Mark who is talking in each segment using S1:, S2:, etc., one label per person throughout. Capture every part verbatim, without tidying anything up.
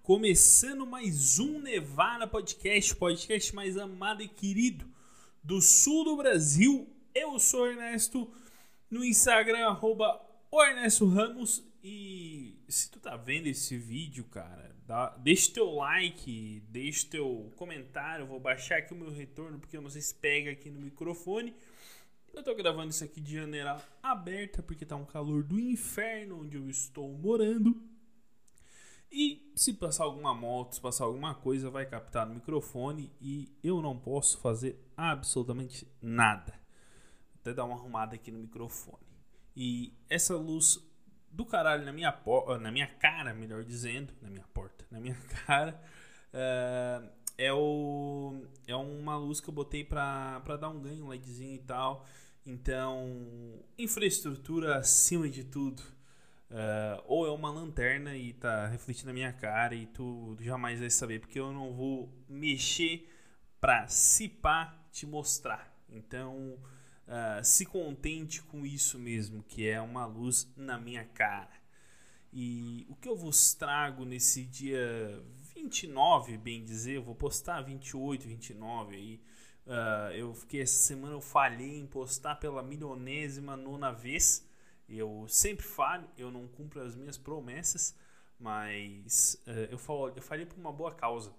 S1: Começando mais um Nevada Podcast, podcast mais amado e querido do sul do Brasil. Eu sou o Ernesto, no Instagram, arroba o Ernesto Ramos. E se tu tá vendo esse vídeo, cara, dá, deixa teu like, deixa teu comentário. Eu vou baixar aqui o meu retorno, porque eu não sei se pega aqui no microfone. Eu tô gravando isso aqui de janela aberta, porque tá um calor do inferno onde eu estou morando. E se passar alguma moto, se passar alguma coisa, vai captar no microfone e eu não posso fazer absolutamente nada. Vou até dar uma arrumada aqui no microfone. E essa luz do caralho na minha, por... na minha cara, melhor dizendo, na minha porta, na minha cara, uh, é, o... é uma luz que eu botei pra, pra dar um ganho, um LEDzinho e tal. Então, infraestrutura acima de tudo. Uh, ou é uma lanterna e tá refletindo na minha cara e tu jamais vai saber, porque eu não vou mexer pra se pá te mostrar. Então uh, se contente com isso mesmo, que é uma luz na minha cara. E o que eu vos trago nesse dia vinte e nove, bem dizer, eu vou postar vinte e oito, vinte e nove aí. Uh, eu fiquei essa semana, eu falhei em postar pela milionésima nona vez. Eu sempre falho, eu não cumpro as minhas promessas, mas uh, eu, falo, eu falei por uma boa causa.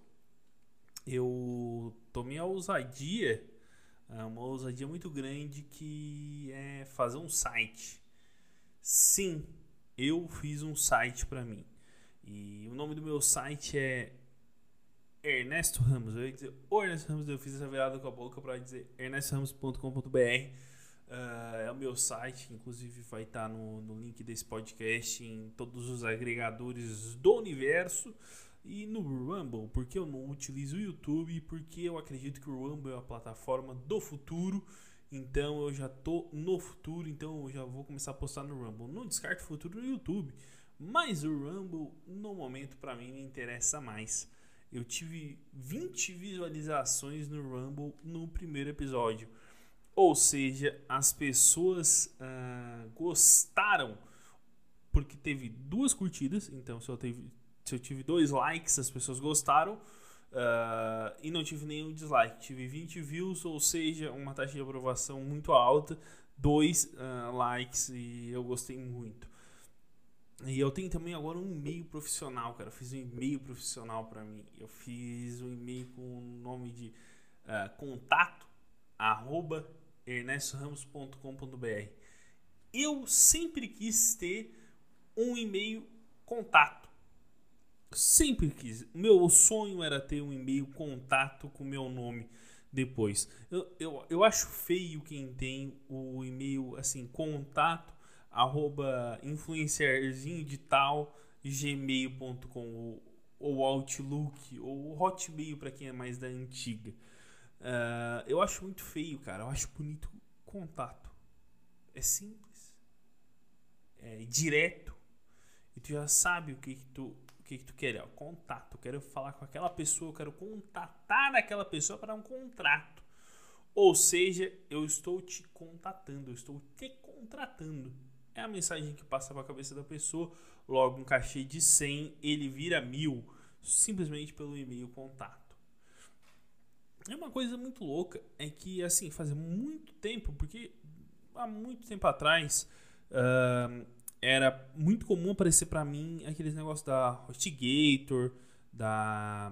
S1: Eu tomei a ousadia, uma ousadia muito grande, que é fazer um site. Sim, eu fiz um site para mim. E o nome do meu site é Ernesto Ramos. Eu ia dizer o Ernesto Ramos, eu fiz essa virada com a boca para dizer ernesto ramos ponto com ponto b r. Uh, é o meu site, inclusive vai estar no, no link desse podcast em todos os agregadores do universo e no Rumble, porque eu não utilizo o YouTube, porque eu acredito que o Rumble é a plataforma do futuro. Então eu já tô no futuro, então eu já vou começar a postar no Rumble. Não descarto o futuro no YouTube, mas o Rumble no momento para mim me interessa mais. Eu tive vinte visualizações no Rumble no primeiro episódio. Ou seja, as pessoas uh, gostaram porque teve duas curtidas. Então, se eu, teve, se eu tive dois likes, as pessoas gostaram. Uh, e não tive nenhum dislike. Tive vinte views, ou seja, uma taxa de aprovação muito alta. Dois uh, likes e eu gostei muito. E eu tenho também agora um e-mail profissional, cara. Eu fiz um e-mail profissional para mim. Eu fiz um e-mail com o nome de uh, contato, arroba, ernesto ramos ponto com ponto b r. Eu sempre quis ter um e-mail contato. Sempre quis. Meu sonho era ter um e-mail contato com meu nome depois. Eu, eu, eu acho feio quem tem o e-mail assim, contato, arroba, influencerzinho de tal, gmail ponto com ou, ou Outlook ou Hotmail para quem é mais da antiga. Uh, eu acho muito feio, cara. Eu acho bonito contato. É simples, é direto, e tu já sabe o que, que tu o que, que tu quer. Ó, contato. Eu quero falar com aquela pessoa, eu quero contatar aquela pessoa para um contrato. Ou seja, eu estou te contatando, eu estou te contratando. É a mensagem que passa para a cabeça da pessoa. Logo, um cachê de cem, ele vira mil, simplesmente pelo e-mail contato. É uma coisa muito louca, é que assim, faz muito tempo, porque há muito tempo atrás uh, era muito comum aparecer pra mim aqueles negócios da HostGator, da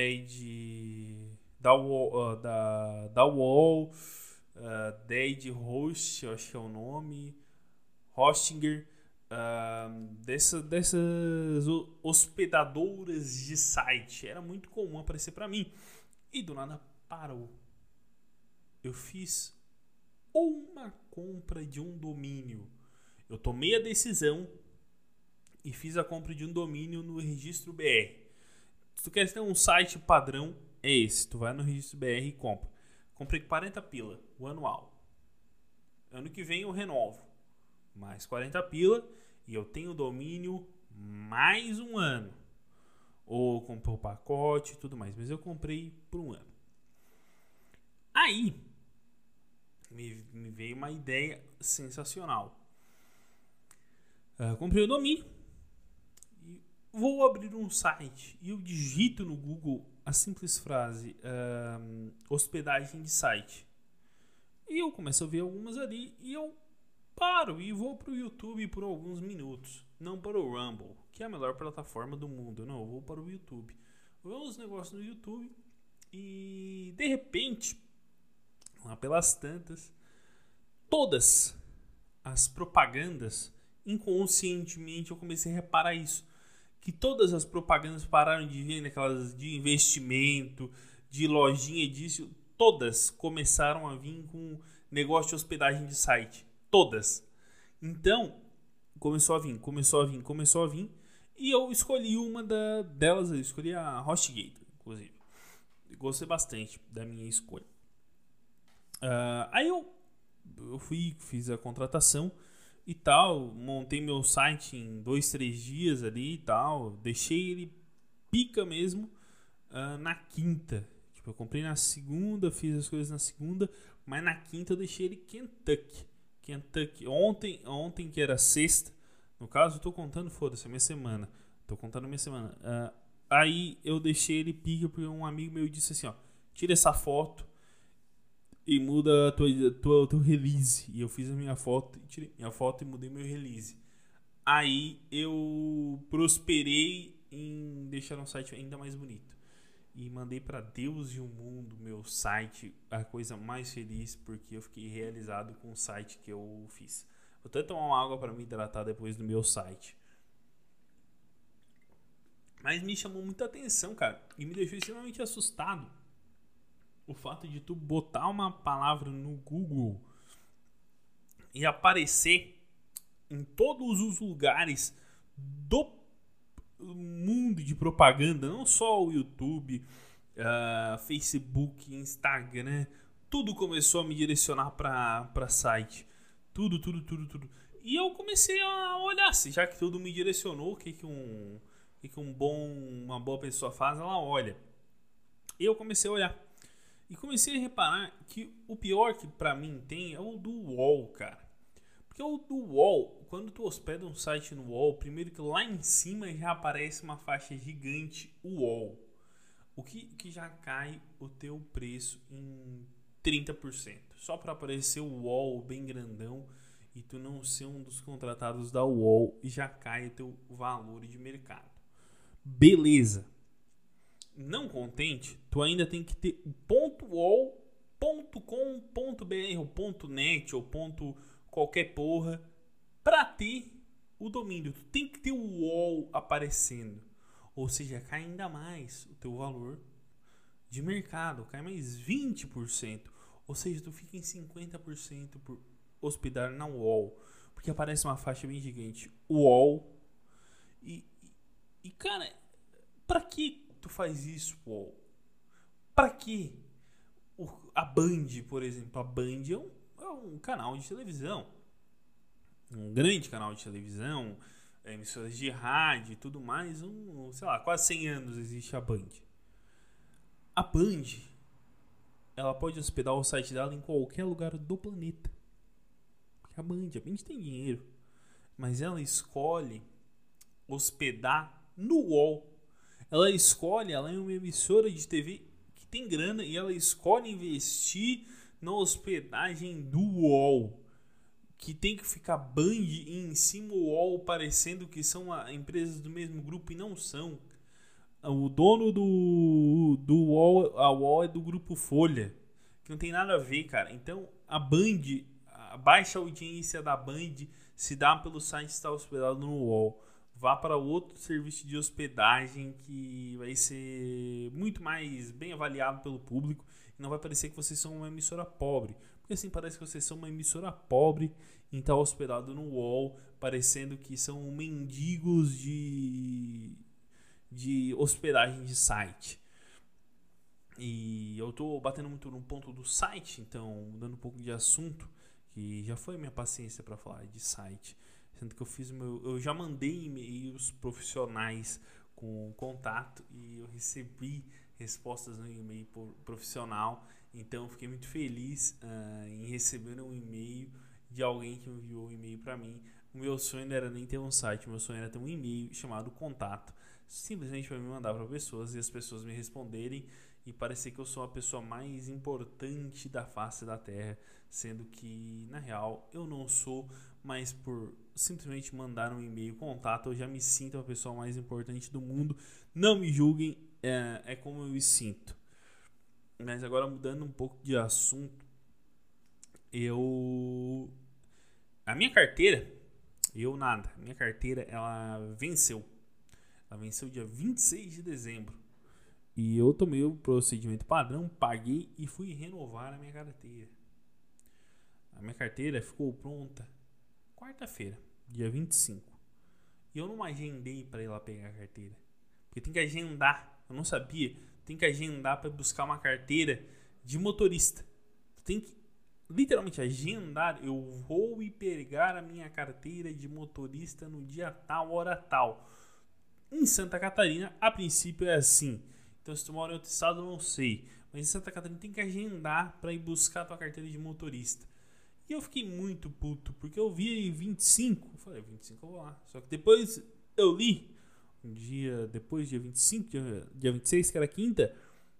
S1: Dead, da Wall, uh, da, da Wall uh, Dead Host, eu acho que é o nome, Hostinger, uh, dessa, dessas hospedadoras de site. Era muito comum aparecer pra mim. E do nada parou. Eu fiz uma compra de um domínio. Eu tomei a decisão e fiz a compra de um domínio no Registro B R. Se tu quer ter um site padrão, é esse. Tu vai no Registro B R e compra. Comprei quarenta pila, o anual. Ano que vem eu renovo. Mais quarenta pila e eu tenho o domínio mais um ano. Ou comprei o pacote e tudo mais. Mas eu comprei por um ano. Aí, me, me veio uma ideia sensacional. Uh, comprei o domínio e vou abrir um site e eu digito no Google a simples frase um, hospedagem de site. E eu começo a ver algumas ali e eu paro e vou para o YouTube por alguns minutos. Não para o Rumble, que é a melhor plataforma do mundo. Não, eu vou para o YouTube. Vou ver uns negócios no YouTube e de repente, lá pelas tantas, todas as propagandas, inconscientemente eu comecei a reparar isso. Que todas as propagandas pararam de vir naquelas de investimento, de lojinha disso, todas começaram a vir com negócio de hospedagem de site. Todas. Então, começou a vir, começou a vir, começou a vir. E eu escolhi uma da, delas, eu escolhi a HostGator, inclusive. Gostei bastante da minha escolha. Uh, aí eu, eu fui, fiz a contratação e tal, montei meu site em dois, três dias ali e tal, deixei ele pica mesmo uh, na quinta. Tipo, eu comprei na segunda, fiz as coisas na segunda, mas na quinta eu deixei ele Kentucky. Kentucky. Ontem, ontem que era sexta, no caso eu tô contando, foda-se, a minha semana. Tô contando a minha semana. Uh, aí eu deixei ele pica porque um amigo meu disse assim, ó, tira essa foto e muda a tua, tua, tua release. E eu fiz a minha foto, tirei minha foto e mudei meu release. Aí eu prosperei em deixar um site ainda mais bonito. E mandei para Deus e o mundo meu site, a coisa mais feliz, porque eu fiquei realizado com o site que eu fiz. Vou até tomar uma água para me hidratar depois do meu site. Mas me chamou muita atenção, cara, e me deixou extremamente assustado. O fato de tu botar uma palavra no Google e aparecer em todos os lugares do mundo de propaganda, não só o YouTube, uh, Facebook, Instagram, tudo começou a me direcionar para site. Tudo, tudo, tudo, tudo. E eu comecei a olhar, se já que tudo me direcionou, o que, que, um, o que, que um bom, uma boa pessoa faz, ela olha. E eu comecei a olhar. E comecei a reparar que o pior que pra mim tem é o do UOL, cara. Porque o do UOL, quando tu hospeda um site no UOL, primeiro que lá em cima já aparece uma faixa gigante UOL. O que, que já cai o teu preço em trinta por cento. Só pra aparecer o UOL bem grandão e tu não ser um dos contratados da UOL e já cai o teu valor de mercado. Beleza. Não contente, tu ainda tem que ter o .ol, .com, .br, ou .net ou ponto qualquer porra pra ter o domínio. Tu tem que ter o UOL aparecendo. Ou seja, cai ainda mais o teu valor de mercado, cai mais vinte por cento. Ou seja, tu fica em cinquenta por cento por hospedar na UOL, porque aparece uma faixa bem gigante, UOL. E, e, e cara, pra que tu faz isso, UOL? Pra que? O, a Band, por exemplo, a Band é um, é um canal de televisão, um grande canal de televisão, emissoras de rádio e tudo mais, um, sei lá, quase cem anos existe a Band. A Band, ela pode hospedar o site dela em qualquer lugar do planeta. Porque a Band, a Band tem dinheiro, mas ela escolhe hospedar no UOL. Ela escolhe, ela é uma emissora de T V que tem grana e ela escolhe investir na hospedagem do UOL. Que tem que ficar Band e em cima o UOL parecendo que são empresas do mesmo grupo e não são. O dono do, do UOL, a UOL é do grupo Folha, que não tem nada a ver, cara. Então a Band, a baixa audiência da Band se dá pelo site estar hospedado no UOL. Vá para outro serviço de hospedagem que vai ser muito mais bem avaliado pelo público e não vai parecer que vocês são uma emissora pobre. Porque assim parece que vocês são uma emissora pobre em estar hospedado no UOL, parecendo que são mendigos de, de hospedagem de site. E eu tô batendo muito no ponto do site, então mudando um pouco de assunto, que já foi minha paciência para falar de site. Sendo que eu fiz meu, eu já mandei e-mails profissionais com contato e eu recebi respostas no e-mail profissional. Então eu fiquei muito feliz uh, em receber um e-mail de alguém que enviou um e-mail para mim. O meu sonho não era nem ter um site, o meu sonho era ter um e-mail chamado contato, simplesmente para me mandar para pessoas e as pessoas me responderem e parecer que eu sou a pessoa mais importante da face da Terra, sendo que na real eu não sou, mas por simplesmente mandar um e-mail contato eu já me sinto a pessoa mais importante do mundo. Não me julguem, é, é como eu me sinto. Mas agora mudando um pouco de assunto, eu a minha carteira, eu nada, minha carteira ela venceu. Ela venceu dia vinte e seis de dezembro. E eu tomei o procedimento padrão, paguei e fui renovar a minha carteira. A minha carteira ficou pronta quarta-feira, dia vinte e cinco. E eu não agendei para ir lá pegar a carteira. Porque tem que agendar. Eu não sabia. Tem que agendar para buscar uma carteira de motorista. Tem que literalmente agendar. Eu vou ir pegar a minha carteira de motorista no dia tal, hora tal. Em Santa Catarina, a princípio é assim. Então, se tu mora em outro estado, eu não sei. Mas em Santa Catarina tem que agendar para ir buscar a tua carteira de motorista. E eu fiquei muito puto, porque eu vi vinte e cinco. Eu falei, vinte e cinco eu vou lá. Só que depois eu li, um dia depois, dia vinte e cinco, dia, dia vinte e seis, que era quinta,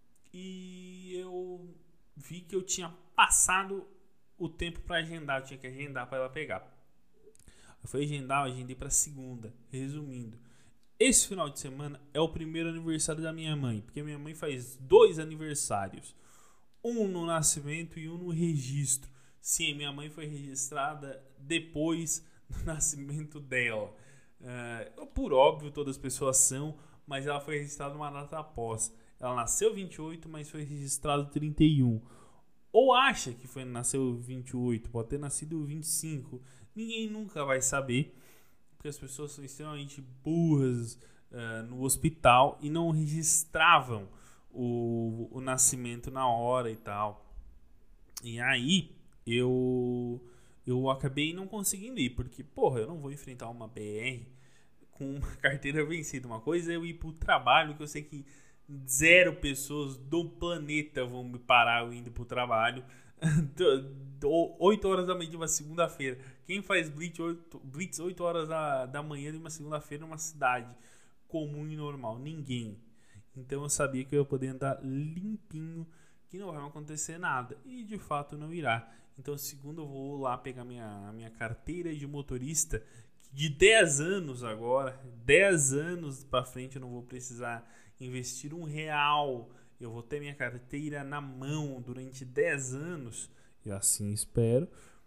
S1: e eu vi que eu tinha passado o tempo para agendar. Eu tinha que agendar para ela pegar. Eu fui agendar, eu agendei para segunda. Resumindo, esse final de semana é o primeiro aniversário da minha mãe, porque minha mãe faz dois aniversários, um no nascimento e um no registro. Sim, minha mãe foi registrada depois do nascimento dela. Uh, por óbvio, todas as pessoas são, mas ela foi registrada uma data após. Ela nasceu vinte e oito, mas foi registrada trinta e um. Ou acha que foi, nasceu vinte e oito, pode ter nascido vinte e cinco. Ninguém nunca vai saber, porque as pessoas são extremamente burras uh, no hospital e não registravam o, o nascimento na hora e tal. E aí eu, eu acabei não conseguindo ir, porque, porra, eu não vou enfrentar uma B R com uma carteira vencida. Uma coisa é eu ir pro trabalho, que eu sei que zero pessoas do planeta vão me parar eu indo pro trabalho. oito horas da manhã de uma segunda-feira. Quem faz blitz oito, blitz oito horas da, da manhã de uma segunda-feira numa cidade comum e normal? Ninguém. Então eu sabia que eu ia poder andar limpinho, que não vai acontecer nada. E de fato não irá. Então segundo eu vou lá pegar minha, minha carteira de motorista de dez anos agora. dez anos pra frente eu não vou precisar investir um real. Eu vou ter minha carteira na mão durante dez anos. E assim espero.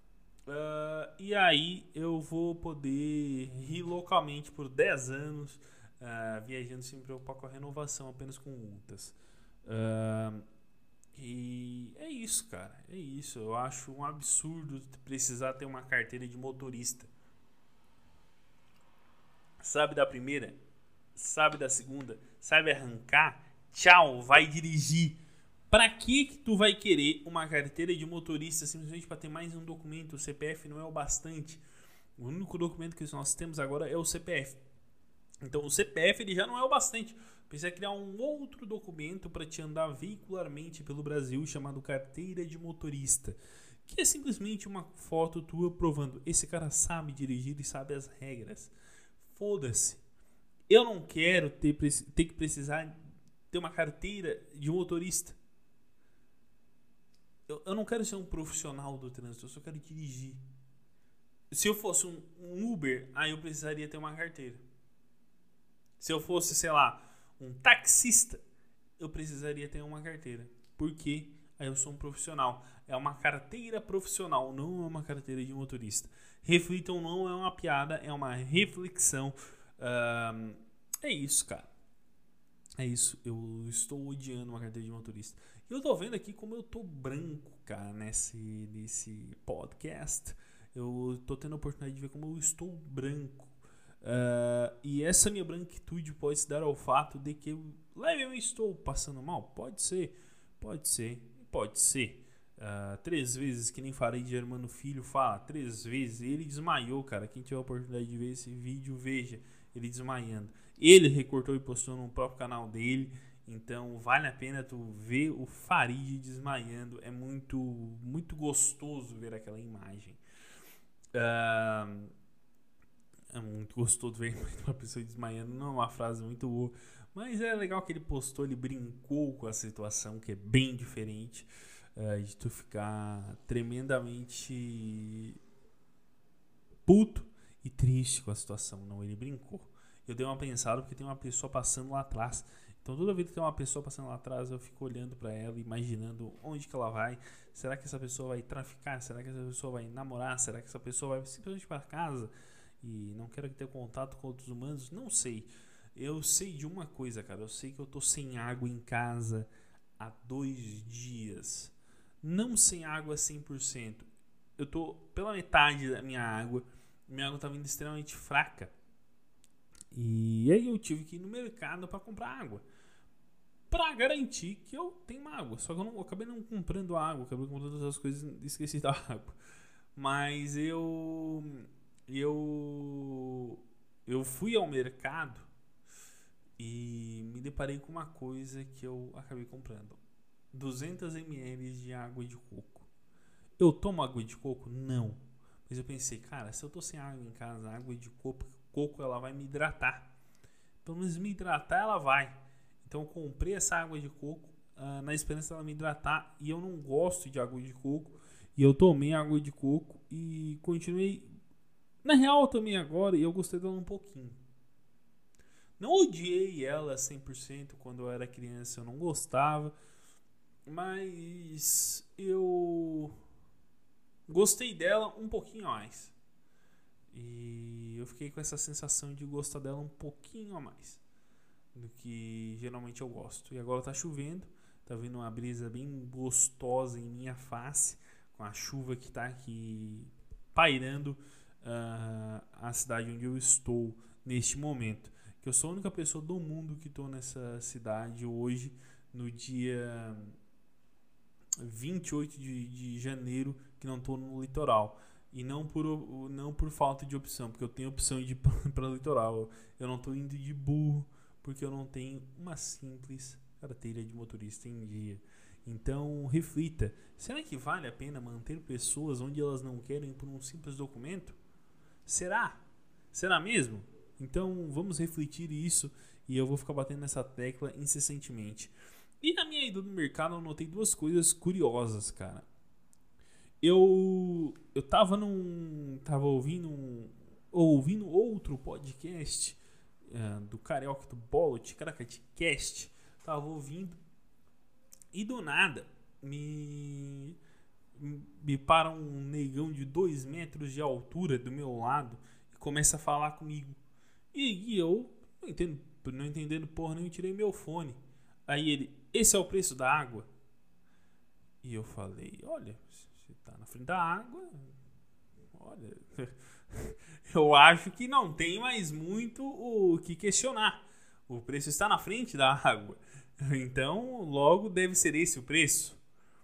S1: Uh, e aí eu vou poder ir localmente por dez anos, uh, viajando sem me preocupar com a renovação, apenas com multas. Uh, e é isso, cara. É isso. Eu acho um absurdo precisar ter uma carteira de motorista. Sabe da primeira? Sabe da segunda? Sabe arrancar? Tchau, vai dirigir. Pra que que tu vai querer uma carteira de motorista simplesmente para ter mais um documento? O C P F não é o bastante. O único documento que nós temos agora é o C P F. Então o C P F ele já não é o bastante. Precisa criar um outro documento para te andar veicularmente pelo Brasil chamado carteira de motorista, que é simplesmente uma foto tua provando esse cara sabe dirigir e sabe as regras. Foda-se. Eu não quero ter, ter que precisar ter uma carteira de motorista. Eu, eu não quero ser um profissional do trânsito, eu só quero dirigir. Se eu fosse um, um Uber, aí eu precisaria ter uma carteira. Se eu fosse, sei lá, um taxista, eu precisaria ter uma carteira. Por quê? Aí eu sou um profissional. É uma carteira profissional, não é uma carteira de motorista. Reflitam, não é uma piada, é uma reflexão. Um, é isso, cara. É isso. Eu estou odiando uma carteira de motorista. E eu tô vendo aqui como eu tô branco, cara, nesse, nesse podcast. Eu tô tendo a oportunidade de ver como eu estou branco. Uh, e essa minha branquitude pode se dar ao fato de que eu levemente estou passando mal? Pode ser. Pode ser. Pode ser. Uh, três vezes, que nem farei de Germano Filho fala. Três vezes. Ele desmaiou, cara. Quem tiver a oportunidade de ver esse vídeo, veja ele desmaiando. Ele recortou e postou no próprio canal dele. Então vale a pena tu ver o Farid desmaiando. É muito, muito gostoso ver aquela imagem. Uh, É muito gostoso ver uma pessoa desmaiando. Não é uma frase muito boa. Mas é legal que ele postou, ele brincou com a situação, que é bem diferente uh, de tu ficar tremendamente puto e triste com a situação. Não, ele brincou. Eu dei uma pensada porque tem uma pessoa passando lá atrás. Então toda vez que tem uma pessoa passando lá atrás, eu fico olhando pra ela, imaginando onde que ela vai. Será que essa pessoa vai traficar? Será que essa pessoa vai namorar? Será que essa pessoa vai simplesmente para casa? E não quero ter contato com outros humanos? Não sei. Eu sei de uma coisa, cara. Eu sei que eu tô sem água em casa há dois dias. Não sem água cem por cento. Eu tô pela metade da minha água. Minha água tá vindo extremamente fraca. E aí eu tive que ir no mercado para comprar água, para garantir que eu tenho água. Só que eu, não, eu acabei não comprando água, acabei comprando todas as coisas e esqueci da água. Mas eu eu eu fui ao mercado e me deparei com uma coisa que eu acabei comprando: duzentos mililitros de água de coco. Eu tomo água de coco? Não. Mas eu pensei, cara, se eu tô sem água em casa, a água de coco, coco ela vai me hidratar. Pelo menos me hidratar ela vai. Então eu comprei essa água de coco uh, na esperança dela me hidratar. E eu não gosto de água de coco. E eu tomei água de coco e continuei. Na real eu tomei agora e eu gostei dela um pouquinho. Não odiei ela cem por cento. Quando eu era criança eu não gostava. Mas eu gostei dela um pouquinho a mais. E eu fiquei com essa sensação de gostar dela um pouquinho a mais do que geralmente eu gosto. E agora tá chovendo, tá vindo uma brisa bem gostosa em minha face, com a chuva que tá aqui pairando uh, a cidade onde eu estou neste momento. Que eu sou a única pessoa do mundo que estou nessa cidade hoje, no dia vinte e oito de, de janeiro, que não estou no litoral. E não por, não por falta de opção, porque eu tenho opção de ir para o litoral. Eu não estou indo de burro, porque eu não tenho uma simples carteira de motorista em dia. Então, reflita. Será que vale a pena manter pessoas onde elas não querem por um simples documento? Será? Será mesmo? Então, vamos refletir isso e eu vou ficar batendo nessa tecla incessantemente. E na minha ida no mercado eu notei duas coisas curiosas, cara. Eu eu tava num tava ouvindo um, ouvindo outro podcast uh, do Carioca do Bolot, Caracatecast, tava ouvindo e do nada me me para um negão de dois metros de altura do meu lado e começa a falar comigo. E, e eu não entendo, não entendendo porra nenhuma, tirei meu fone. Aí ele: esse é o preço da água? E eu falei: olha, tá na frente da água, olha, eu acho que não tem mais muito o que questionar. O preço está na frente da água, então logo deve ser esse o preço.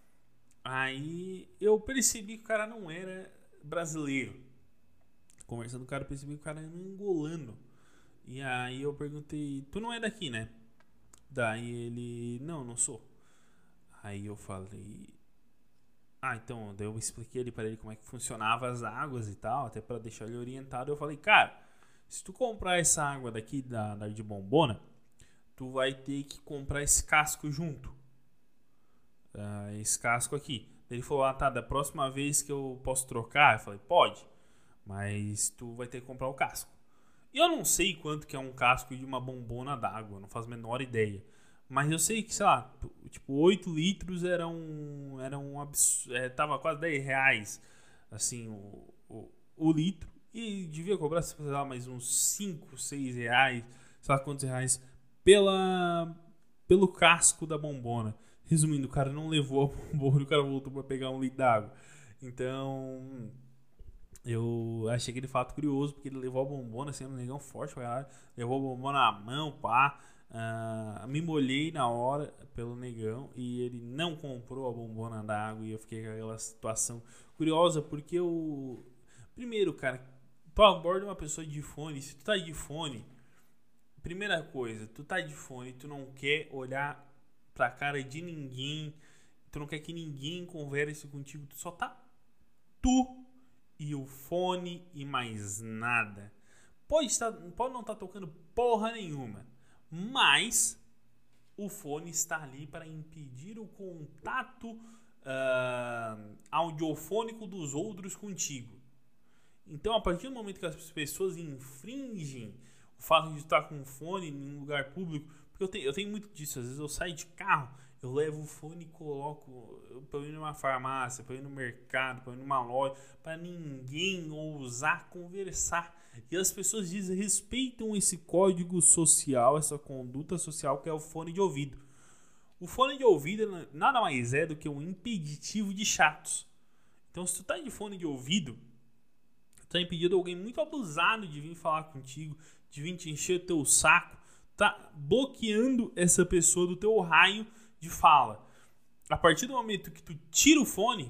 S1: Aí eu percebi que o cara não era brasileiro. Conversando com o cara, eu percebi que o cara era um angolano. E aí eu perguntei: tu não é daqui, né? Daí ele: não, não sou. Aí eu falei: ah, então, daí eu expliquei ali para ele como é que funcionava as águas e tal, até para deixar ele orientado. Eu falei: cara, se tu comprar essa água daqui da, da de Bombona, tu vai ter que comprar esse casco junto. Uh, esse casco aqui. Ele falou: ah, tá, da próxima vez que eu posso trocar? Eu falei: pode, mas tu vai ter que comprar o casco. E eu não sei quanto que é um casco de uma bombona d'água, não faço a menor ideia. Mas eu sei que, sei lá, tipo, oito litros era um, era um absurdo, é, tava quase dez reais, assim, o, o, o litro. E devia cobrar, sei lá, mais uns cinco, seis reais, sei lá quantos reais, pela, pelo casco da bombona. Resumindo, o cara não levou a bombona, o cara voltou pra pegar um litro d'água. Então, eu achei aquele fato curioso, porque ele levou a bombona, sendo um negão forte, cara, levou a bombona na mão, pá. Uh, me molhei na hora pelo negão e ele não comprou a bombona d'água e eu fiquei com aquela situação curiosa, porque eu, primeiro, cara, tu aborda uma pessoa de fone. Se tu tá de fone, primeira coisa, tu tá de fone, tu não quer olhar pra cara de ninguém, tu não quer que ninguém converse contigo, tu só tá tu e o fone e mais nada. Pode, estar, pode não estar tocando porra nenhuma, mas o fone está ali para impedir o contato uh, audiofônico dos outros contigo. Então, a partir do momento que as pessoas infringem o fato de estar com o fone em um lugar público, porque eu tenho, eu tenho muito disso, às vezes eu saio de carro, eu levo o fone e coloco para eu ir numa farmácia, para eu ir no mercado, para eu ir numa loja, para ninguém ousar conversar. E as pessoas desrespeitam esse código social, essa conduta social que é o fone de ouvido. O fone de ouvido nada mais é do que um impeditivo de chatos. Então, se tu tá de fone de ouvido, tu tá impedindo alguém muito abusado de vir falar contigo, de vir te encher o teu saco, tá bloqueando essa pessoa do teu raio de fala. A partir do momento que tu tira o fone,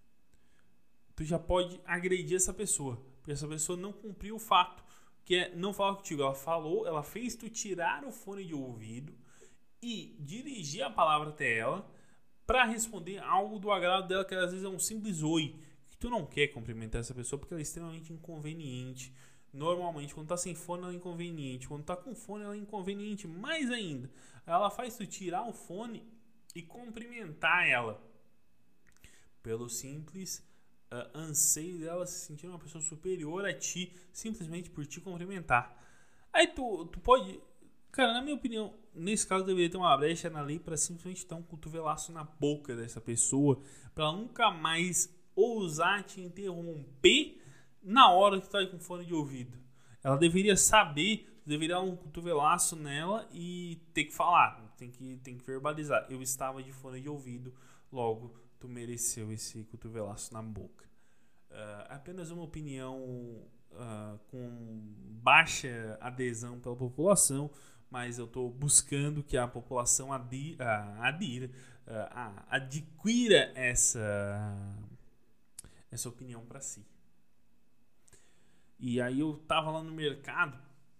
S1: tu já pode agredir essa pessoa. Porque essa pessoa não cumpriu o fato, que é não falar contigo. Ela falou, ela fez tu tirar o fone de ouvido e dirigir a palavra até ela para responder algo do agrado dela, que às vezes é um simples oi. Que tu não quer cumprimentar essa pessoa porque ela é extremamente inconveniente. Normalmente, quando tá sem fone, ela é inconveniente. Quando tá com fone, ela é inconveniente. Mais ainda, ela faz tu tirar o fone e cumprimentar ela. Pelo simples Uh, anseio dela se sentir uma pessoa superior a ti, simplesmente por te cumprimentar. Aí tu, tu pode... Cara, na minha opinião, nesse caso deveria ter uma brecha na lei para simplesmente dar um cotovelaço na boca dessa pessoa, para ela nunca mais ousar te interromper na hora que tu tá com fone de ouvido. Ela deveria saber, deveria dar um cotovelaço nela e ter que falar, tem que, tem que verbalizar. Eu estava de fone de ouvido, logo tu mereceu esse cotovelaço na boca. Uh, apenas uma opinião uh, com baixa adesão pela população, mas eu estou buscando que a população adi, uh, adira, uh, adquira essa, essa opinião para si. E aí eu tava lá no mercado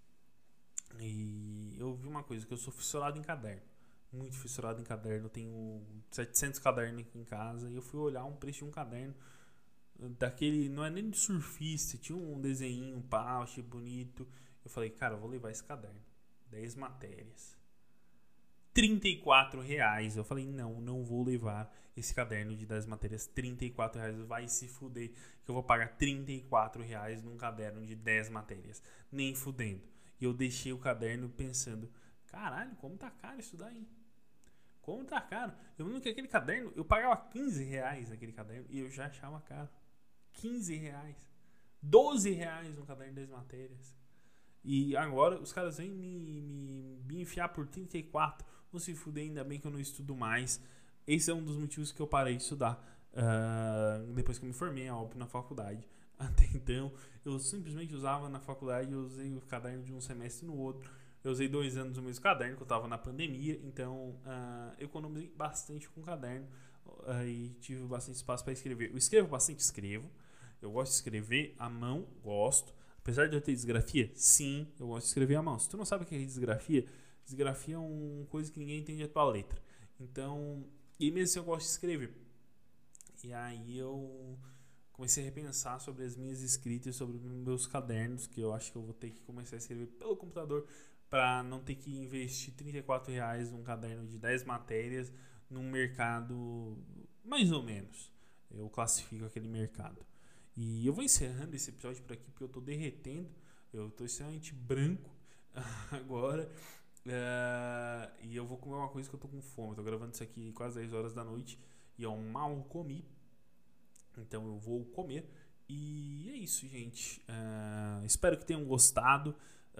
S1: e eu vi uma coisa, que eu sou fissurado em caderno. Muito fissurado em caderno, eu tenho setecentos cadernos aqui em casa e eu fui olhar um preço de um caderno daquele, não é nem de surfista, tinha um desenho, um pau, achei bonito. Eu falei, cara, eu vou levar esse caderno, dez matérias, trinta e quatro reais. Eu falei, não, não vou levar esse caderno de dez matérias, trinta e quatro reais, vai se fuder que eu vou pagar trinta e quatro reais num caderno de dez matérias, nem fudendo. E eu deixei o caderno pensando, caralho, como tá caro isso daí. Como tá caro? Eu lembro que aquele caderno, eu pagava quinze reais naquele caderno e eu já achava caro. quinze reais. doze reais no caderno das matérias. E agora os caras vêm me, me, me enfiar por trinta e quatro. Não se fuder, ainda bem que eu não estudo mais. Esse é um dos motivos que eu parei de estudar. Uh, depois que eu me formei, óbvio, na faculdade. Até então, eu simplesmente usava na faculdade, eu usei o caderno de um semestre no outro. Eu usei dois anos o mesmo caderno, que eu estava na pandemia, então uh, eu economizei bastante com o caderno uh, e tive bastante espaço para escrever. Eu escrevo bastante, escrevo. Eu gosto de escrever à mão, gosto. Apesar de eu ter disgrafia, sim, eu gosto de escrever à mão. Se tu não sabe o que é disgrafia, disgrafia é uma coisa que ninguém entende a tua letra. Então, e mesmo assim eu gosto de escrever. E aí eu comecei a repensar sobre as minhas escritas, sobre meus cadernos, que eu acho que eu vou ter que começar a escrever pelo computador, para não ter que investir trinta e quatro reais num caderno de dez matérias num mercado mais ou menos. Eu classifico aquele mercado. E eu vou encerrando esse episódio por aqui porque eu tô derretendo. Eu tô extremamente branco agora. Uh, e eu vou comer uma coisa que eu tô com fome. Eu tô gravando isso aqui quase dez horas da noite e eu mal comi. Então eu vou comer. E é isso, gente. Uh, espero que tenham gostado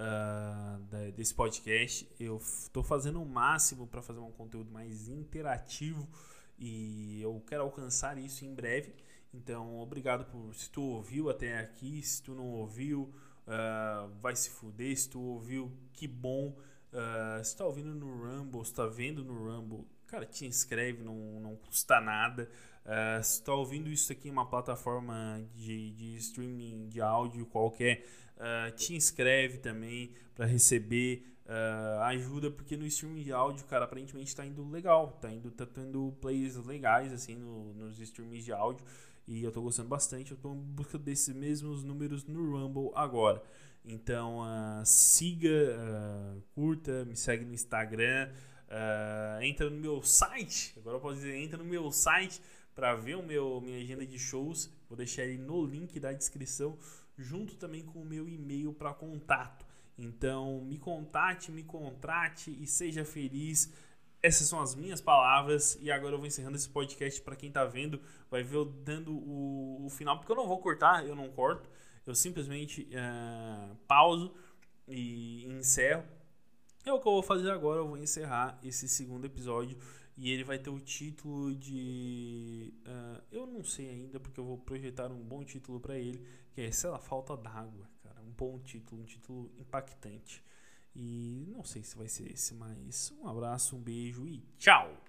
S1: Uh, desse podcast. Eu estou fazendo o máximo para fazer um conteúdo mais interativo e eu quero alcançar isso em breve. Então, obrigado por se tu ouviu até aqui. Se tu não ouviu, uh, vai se fuder. Se tu ouviu, que bom. Uh, se tu tá ouvindo no Rumble, se tu tá vendo no Rumble, cara, te inscreve, não, não custa nada. Uh, se tu tá ouvindo isso aqui em uma plataforma de, de streaming de áudio qualquer, Uh, te inscreve também para receber uh, ajuda, porque no streaming de áudio, cara, aparentemente tá indo legal, tá indo, tá tendo plays legais assim no, nos streams de áudio e eu tô gostando bastante. Eu tô em busca desses mesmos números no Rumble agora. Então uh, siga, uh, curta, me segue no Instagram, uh, entra no meu site, agora eu posso dizer, entra no meu site para ver o meu, minha agenda de shows. Vou deixar ele no link da descrição, junto também com o meu e-mail para contato. Então me contate, me contrate e seja feliz. Essas são as minhas palavras, e agora eu vou encerrando esse podcast. Para quem tá vendo, vai ver eu dando o, o final, porque eu não vou cortar, eu não corto, eu simplesmente uh, pauso e encerro. É o que eu vou fazer agora, eu vou encerrar esse segundo episódio, e ele vai ter o título de... Uh, eu não sei ainda, porque eu vou projetar um bom título para ele, que é, sei lá, Falta d'Água, cara. Um bom título, um título impactante. E não sei se vai ser esse, mas um abraço, um beijo e tchau!